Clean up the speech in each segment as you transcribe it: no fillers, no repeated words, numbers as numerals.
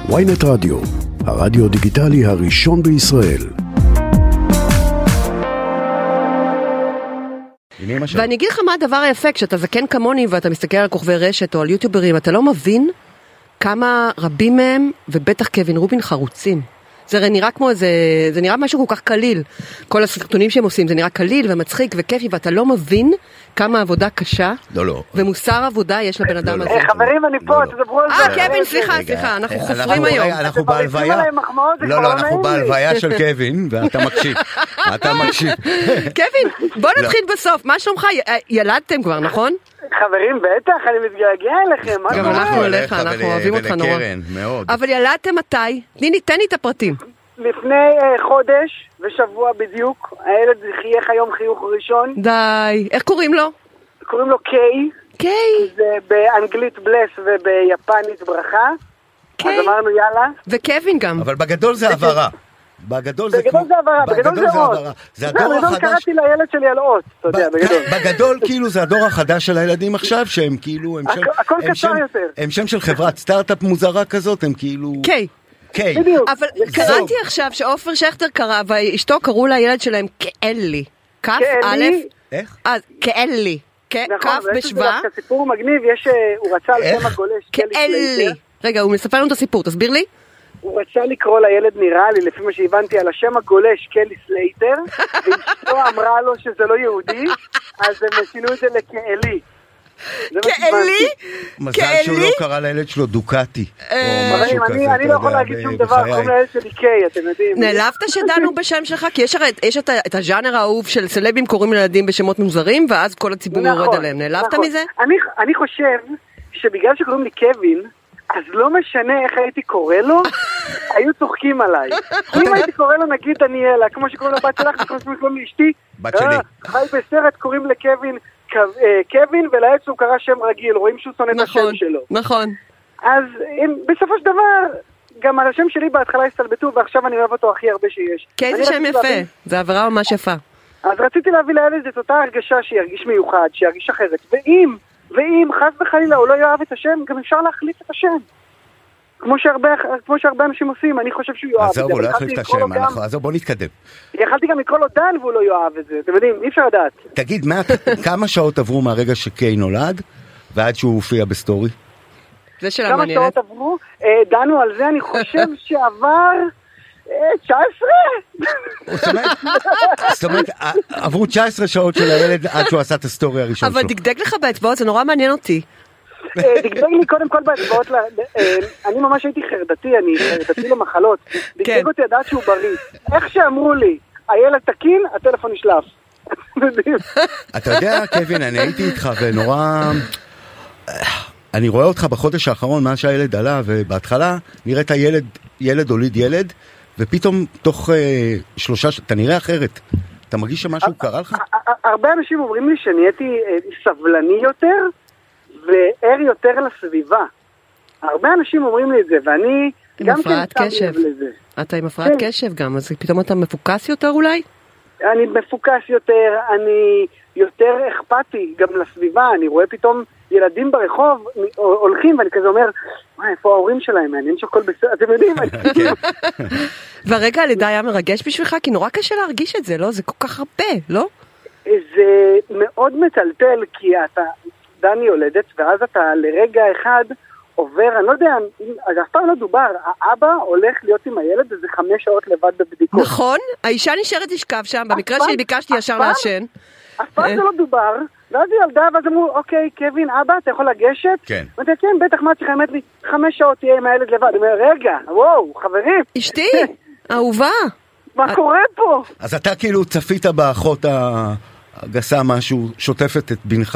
ynet רדיו, הרדיו דיגיטלי הראשון בישראל. ואני אגיד לך מה הדבר היפה, כשאתה זקן כמוני ואתה מסתכל על כוכבי רשת או על יוטיוברים, אתה לא מבין כמה רבים מהם, ובטח קווין רובין, חרוצים. זה נראה כמו איזה, זה נראה משהו כל כך קליל. כל הסרטונים שהם עושים, זה נראה קליל ומצחיק וכיפי, ואתה לא מבין כמה עבודה קשה, ומוסר עבודה יש לבן אדם הזה. חברים, אני פה, תדברו על זה. קווין, סליחה, אנחנו חופרים היום. אנחנו בהלוויה. לא, אנחנו בהלוויה של קווין, ואתה מקשיב. קווין, בוא נתחיל בסוף. מה שלומך? ילדתם כבר, נכון? חברים, בטח, אני מתגעגע אליכם. גם אנחנו אליך, אנחנו אוהבים אותך נורא. אבל ילדתם מתי? תן לי את הפרטים. לפני חודש ושבוע בדיוק, הילד חייך היום חיוך ראשון. די, איך קוראים לו? קוראים לו קיי. קיי. זה באנגלית בלס וביפנית ברכה. קיי. אז אמרנו יאללה. וקווין גם. אבל בגדול זה עברה. בגדול זה עברה, בגדול זה עוד. זה הדור החדש. קראתי לילד שלי על עוד, אתה יודע, בגדול. בגדול כאילו זה הדור החדש של הילדים עכשיו, שהם כאילו, הכל קצר יותר. הם שם של חברת סטארט-אפ מוזרה כזאת, הם כאילו... קיי. אבל קראתי עכשיו שאופר שכטר קרא, ואשתו קראו לילד שלהם כאלי. כף א', איך? כאלי. כף בשווה. זה סיפור מגניב, הוא רצה על שם הגולש. כאלי. רגע, הוא מספר לנו את הסיפור, תסביר לי. הוא רצה לקרוא לילד, נראה לי, לפי מה שהבנתי, על השם הגולש קלי סלייטר, ואשתו אמרה לו שזה לא יהודי, אז הם שינו את זה לכאלי. כאלי? מזל שהוא לא קרא לילד שלו דוקטי. אני לא יכול להגיד שום דבר, קוראים לילד שלי קיי, אתם יודעים. נעלבת שדנו בשם שלך? כי יש את הז'אנר האהוב של סלבים קוראים לילדים בשמות מוזרים, ואז כל הציבור יורד עליהם. נעלבת מזה? אני חושב שבגלל שקוראים לי קווין, אז לא משנה איך הייתי קורא לו, היו צוחקים עליי. אם הייתי קורא לו נגיד דניאלה, כמו שקוראים לבת שלך, כמו שקוראים לאשתי, בת שלי. חי בסרט קוראים לקווין קווין, ולעץ הוא קרא שם רגיל, רואים שהוא שונא את השם שלו. נכון. אז בסופו של דבר, גם על השם שלי בהתחלה הסתלבטו, ועכשיו אני אוהב אותו הכי הרבה שיש. כן, זה שם יפה, זה עברה ממש יפה. אז רציתי להביא לילד את אותה הרגשה שירגיש מיוחד, שירגיש אחרת, ואם חס וחלילה הוא לא יאהב את השם, גם אפשר להחליף את השם. כמו שהרבה אנשים עושים, אני חושב שהוא יאהב את זה. עזוב, הוא לא יחליף את השם, עזוב, בוא נתקדם. יכלתי גם לקרוא לו דן והוא לא יאהב את זה, אתם יודעים, אי אפשר לדעת. תגיד, כמה שעות עברו מהרגע שקיי נולד, ועד שהוא הופיע בסטורי? זה שאלה מעניינת. כמה שעות עברו? דנו על זה, אני חושב שעבר 19. זאת אומרת, עברו 19 שעות של הילד עד שהוא עשה את הסטורי הראשון שלו. אבל דגדג לך באצבעות, זה נורא מעניין אותי. דגדג לי קודם כל באצבעות, אני ממש הייתי חרדתי, אני חרדתי למחלות. דגדג אותי לדעת שהוא בריא. איך שאמרו לי, הילד תקין, הטלפון נשלף. אתה יודע, קווין, אני הייתי איתך ונורא... אני רואה אותך בחודש האחרון, מאז שהילד עלה, ובהתחלה נראית ילד הוליד ילד, ופתאום תוך 3... אתה נראה אחרת. אתה מרגיש שמשהו קרה לך? הרבה אנשים אומרים לי שנהייתי סבלני יותר, וער יותר לסביבה. הרבה אנשים אומרים לי את זה, ואני גם כן שמתי לב לזה. אתה עם הפרעת קשב גם, אז פתאום אתה מפוקס יותר אולי? אני מפוקס יותר, אני יותר אכפתי גם לסביבה, אני רואה פתאום ילדים ברחוב הולכים, ואני כזה אומר, איפה ההורים שלהם? מעניין שהכל בסדר, אתם יודעים? והרגע הלידה היה מרגש בשבילך, כי נורא קשה להרגיש את זה, לא? זה כל כך הרבה, לא? זה מאוד מטלטל, כי אתה... דני יולדת, ואז אתה לרגע אחד עובר, אני לא יודע, אז אף פעם לא דובר, האבא הולך להיות עם הילד איזה 5 שעות לבד בבדיקות. נכון, האישה נשארת לשכב שם, במקרה שלי ביקשתי ישר לעשן. אף פעם זה לא דובר, ואז היא ילדה, ואז אמרו, אוקיי, קווין, אבא, אתה יכול לגשת? כן. ואתה כן, בטח, מה צריך האמת לי, 5 שעות תהיה עם הילד לבד. אני אומר, רגע, וואו, חברים. אשתי, אהובה. מה קורה פה? אז אתה כאילו צפית באחות הגסה משהו, שוטפת את בנך,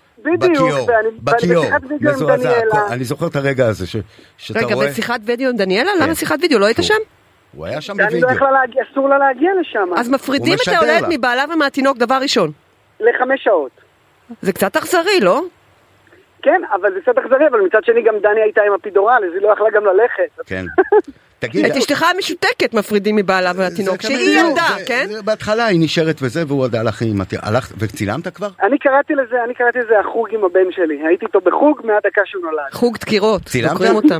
בכיור, מזועזע. אני זוכר את הרגע הזה שאתה רואה... רגע, בשיחת וידאו עם דניאלה? למה שיחת וידאו? לא היית שם? הוא היה שם בוידאו. אסור לה להגיע לשם. אז מפרידים את ההולד מבעלה ומהתינוק דבר ראשון. ל5 שעות. זה קצת אכזרי, לא? כן, אבל זה קצת אכזרי, אבל מצד שני גם דני הייתה עם אפידורל, אז היא לא יכלה גם ללכת. כן. את אשתך המשותקת מפרידים מבעלה והתינוק, שהיא ילדה, כן? בהתחלה היא נשארת וזה, והוא עדה לך עם... וצילמת כבר? אני קראתי לזה החוג עם הבן שלי. הייתי איתו בחוג מהדקה שהוא נולד. חוג דקירות, צילמת? דוקרים אותם.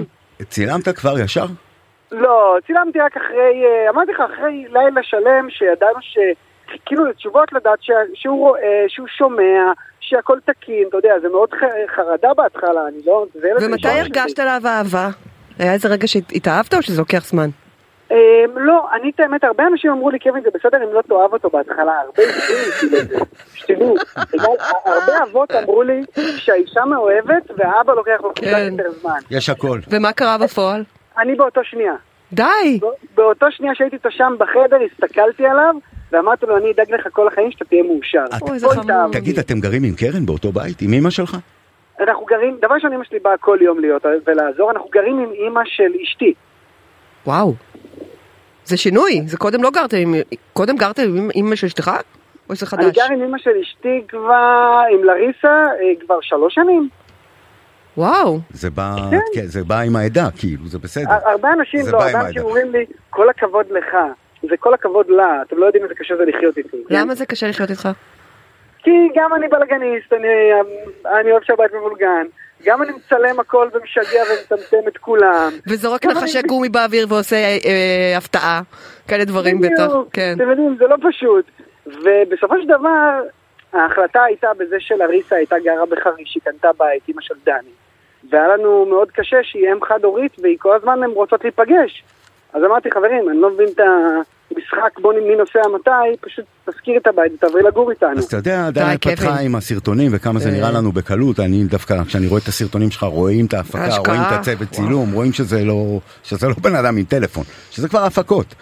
צילמת כבר ישר? לא, צילמתי רק אחרי, אמרתי לך, אחרי לילה שלם שידענו כאילו לתשובות לדעת שהוא רואה, שהוא שומע, שהכל תקין, אתה יודע, זה מאוד חרדה בהתחלה, אני לא... ומתי הרגשת עליו אהבה? היה איזה רגע שהתאהבת או שזה לוקח זמן? לא, אני את האמת, הרבה אנשים אמרו לי, קווין, זה בסדר אם לא תאהב אותו בהתחלה, הרבה שתדעו, הרבה אבות אמרו לי שהאישה מאוהבת והאבא לוקח לו קצת יותר זמן. יש הכל. ומה קרה בפועל? אני באותו שנייה. די! באותו שנייה שהייתי איתו שם בחדר, הסתכלתי עליו, ואמרתי לו, אני אדאג לך כל החיים שאתה תהיה מאושר. תגיד, אתם גרים עם קרן באותו בית? עם אמא שלך? אנחנו גרים, דבר שאני אמא שלי באה כל יום להיות ולעזור, אנחנו גרים עם אמא של אשתי. וואו. זה שינוי, זה קודם גרת עם אמא של אשתך? או זה חדש? אני גר עם אמא של אשתי כבר, עם לריסה, כבר 3 שנים. וואו. זה בא עם העדה, כאילו, זה בסדר. הרבה אנשים אומרים לי, כל הכבוד לך, זה כל הכבוד לה, אתם לא יודעים איזה קשה זה לחיות איתי. למה זה קשה לחיות איתך? כי גם אני בלגניסט, אני אוהב שהבית מבולגן, גם אני מצלם הכל ומשגע ומצמצם את כולם. וזורק נחשי גומי באוויר ועושה הפתעה, כאלה דברים בטח. אתם יודעים, זה לא פשוט. ובסופו של דבר, ההחלטה הייתה בזה שלריסה הייתה גרה בחריש, היא קנתה בית, אמא של דני. והיה לנו מאוד קשה שהיא אם חד הורית, והיא כל הזמן הן רוצות להיפגש. אז אמרתי, חברים, אני לא מבין את המשחק, בוא מי נוסע מתי, פשוט תזכיר את הבית ותעברי לגור איתנו. אז אתה יודע, דני פתחה עם הסרטונים וכמה זה נראה לנו בקלות, אני דווקא, כשאני רואה את הסרטונים שלך, רואים את ההפקה, רואים את הצוות צילום, רואים שזה לא בן אדם עם טלפון, שזה כבר הפקות.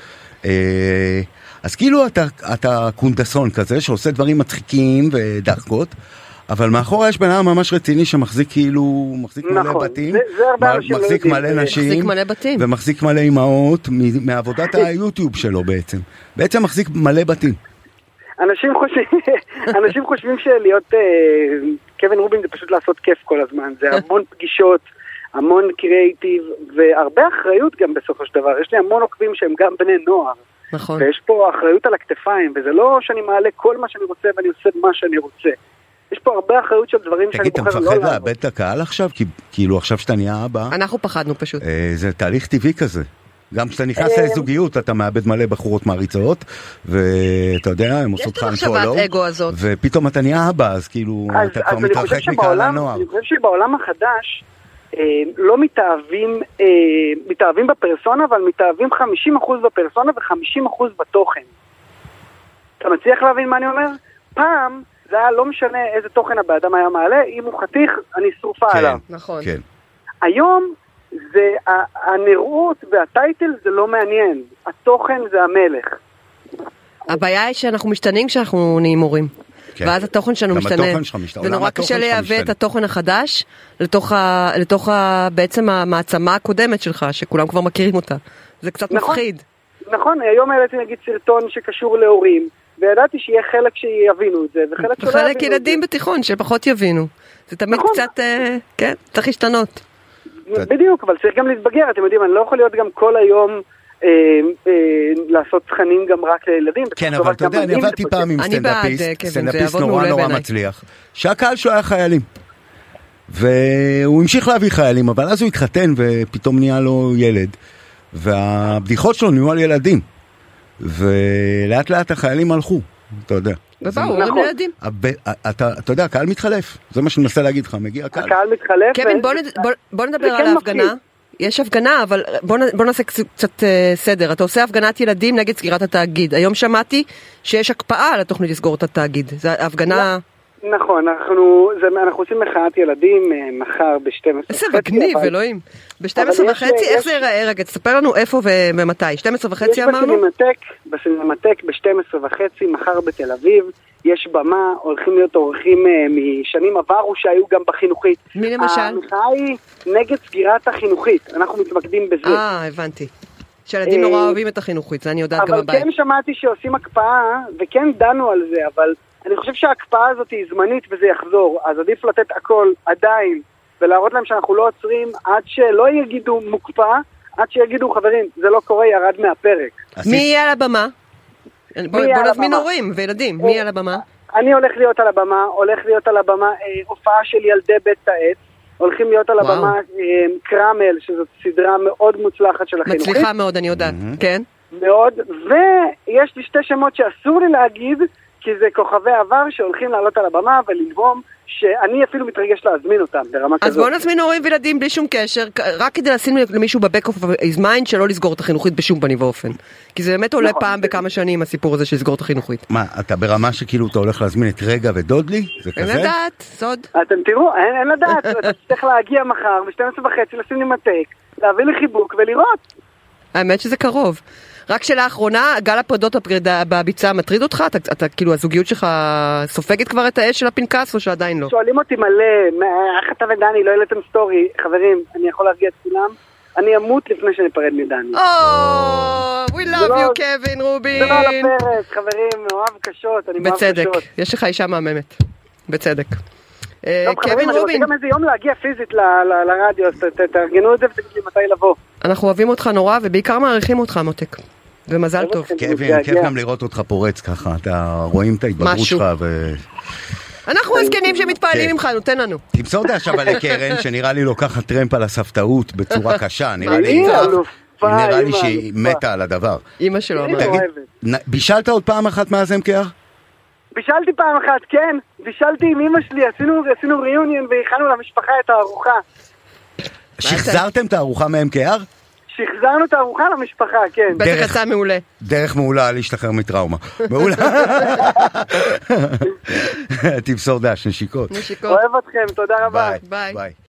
אז כאילו אתה קונדסון כזה, שעושה דברים מצחיקים ודחקות, אבל מאחורה יש בן אדם ממש רציני שמחזיק כאילו, מחזיק מלא בתים, מחזיק מלא נשים, ומחזיק מלא אמהות מעבודת היוטיוב שלו בעצם. בעצם מחזיק מלא בתים. אנשים חושבים שלהיות קווין רובין זה פשוט לעשות כיף כל הזמן. זה המון פגישות, המון קריאיטיב, והרבה אחריות גם בסופו של דבר. יש לי המון עוקבים שהם גם בני נוער. נכון. ויש פה אחריות על הכתפיים, וזה לא שאני מעלה כל מה שאני רוצה ואני עושה מה שאני רוצה. יש פה הרבה אחריות של דברים שאני בוחר לא לעבוד. תגיד, אתה מפחד לאבד את הקהל עכשיו? כאילו עכשיו שאתה נהיה אבא. אנחנו פחדנו פשוט. זה תהליך טבעי כזה. גם כשאתה נכנס לזוגיות, אתה מאבד מלא בחורות מעריצות, ואתה יודע, הם עושות לך אנפולו, ופתאום אתה נהיה אבא, אז כאילו, אתה כבר מתרחק מקהל הנוער. אני חושב שבעולם החדש, לא מתאהבים בפרסונה, אבל מתאהבים 50% בפרסונה ו50% בתוכן. אתה מצליח להבין מה אני אומר? פעם, זה היה לא משנה איזה תוכן הבאדם היה מעלה, אם הוא חתיך, אני שרופה עליו. נכון. היום, זה הנראות והטייטל זה לא מעניין, התוכן זה המלך. הבעיה היא שאנחנו משתנים כשאנחנו נהיים הורים, ואז התוכן שלנו משתנה, ונורא קשה להיאבא את התוכן החדש לתוך בעצם המעצמה הקודמת שלך, שכולם כבר מכירים אותה. זה קצת מפחיד. נכון, היום העליתי נגיד סרטון שקשור להורים, וידעתי שיהיה חלק שיבינו את זה, וחלק ילדים בתיכון שפחות יבינו. זה תמיד קצת, כן, צריך להשתנות. בדיוק, אבל צריך גם להתבגר, אתם יודעים, אני לא יכול להיות גם כל היום לעשות תכנים גם רק לילדים. כן, אבל אתה יודע, אני עבדתי פעם עם סטנדאפיסט נורא מצליח, שהקהל שלו היה חיילים. והוא המשיך להביא חיילים, אבל אז הוא התחתן ופתאום נהיה לו ילד. והבדיחות שלו נהיו על ילדים. ולאט לאט החיילים הלכו, אתה יודע. ובאו, הורים לילדים. אתה יודע, הקהל מתחלף. זה מה שאני מנסה להגיד לך, מגיע הקהל. הקהל מתחלף. קווין, בוא נדבר על ההפגנה. יש הפגנה, אבל בוא נעשה קצת סדר. אתה עושה הפגנת ילדים נגד סגירת התאגיד. היום שמעתי שיש הקפאה על התוכנית לסגור את התאגיד. זה הפגנה... נכון, אנחנו עושים מחאת ילדים מחר ב-12:30. איזה מגניב, אלוהים. ב-12:30, איך זה ייראה? רגע, תספר לנו איפה ומתי. 12:30 אמרנו? בסינמטק ב-12:30, מחר בתל אביב. יש במה, הולכים להיות אורחים משנים עברו שהיו גם בחינוכית. מי למשל? המחאה היא נגד סגירת החינוכית, אנחנו מתמקדים בזה. הבנתי. שילדים נורא אוהבים את החינוכית, זה אני יודעת גם הבית. אבל כן שמעתי שעושים הקפאה, וכן דנו על זה, אבל אני חושב שההקפאה הזאת היא זמנית וזה יחזור, אז עדיף לתת הכל עדיין, ולהראות להם שאנחנו לא עוצרים עד שלא יגידו מוקפא, עד שיגידו חברים, זה לא קורה, ירד מהפרק. מי יהיה על הבמה? בוא נזמין הורים וילדים, מי יהיה על הבמה? אני הולך להיות על הבמה, הופעה של ילדי בית העץ, הולכים להיות על הבמה קרמל, שזאת סדרה מאוד מוצלחת של החינוכית. מצליחה מאוד, אני יודעת, כן? מאוד, ויש לי 2 שמות שאסור לי להגיד, כי זה כוכבי עבר שהולכים לעלות על הבמה ולנבום, שאני אפילו מתרגש להזמין אותם ברמה כזאת. אז בואו נזמין הורים וילדים בלי שום קשר, רק כדי לשים למישהו בבק אוף איז מיינד שלא לסגור את החינוכית בשום פנים ואופן. כי זה באמת עולה פעם בכמה שנים הסיפור הזה של לסגור את החינוכית. מה, אתה ברמה שכאילו אתה הולך להזמין את רגע ודודלי? זה כזה? אין לדעת, סוד. אתם תראו, אין לדעת, אתה צריך להגיע מחר ב-12:30 לשים לי מתק, להביא לי חיבוק ולראות. האמת שזה קרוב. רק שאלה האחרונה, גל הפרדות בביצה מטריד אותך? אתה כאילו הזוגיות שלך סופגת כבר את האש של הפנקס או שעדיין לא? שואלים אותי מלא, איך אתה ודני לא העליתם סטורי? חברים, אני יכול להרגיע את כולם? אני אמות לפני שניפרד מדני. We love you, קווין רובין. זה לא על הפרק, חברים, מאוהב קשות, אני מאוהב קשות. בצדק, יש לך אישה מהממת. בצדק. קווין רובין. אני רוצה גם איזה יום להגיע פיזית לרדיו, אז תארגנו את זה ותגיד לי מתי לבוא. אנחנו אוהבים אותך נורא ובעיקר מעריכים אותך מותק. ומזל טוב. קווין, כיף גם לראות אותך פורץ ככה, אתה רואים את ההתבגרות שלך אנחנו הזקנים שמתפעלים ממך, נותן לנו. תמסור דעשה אבל לקרן שנראה לי לוקחת טרמפ על הספתאות בצורה קשה, נראה לי שהיא מתה על הדבר. אמא שלו אמרה. בישלת עוד פעם אחת מאז MKR? בישלתי פעם אחת, כן. בישלתי עם אמא שלי, עשינו ריאוניון והכנו למשפחה את הארוחה. שחזרתם את הארוחה מ-MKR? שחזרנו את הארוחה למשפחה, כן. בטח יצא מעולה. דרך מעולה להשתחרר מטראומה. מעולה. תמסור דש, נשיקות. אוהב אתכם, תודה רבה. ביי.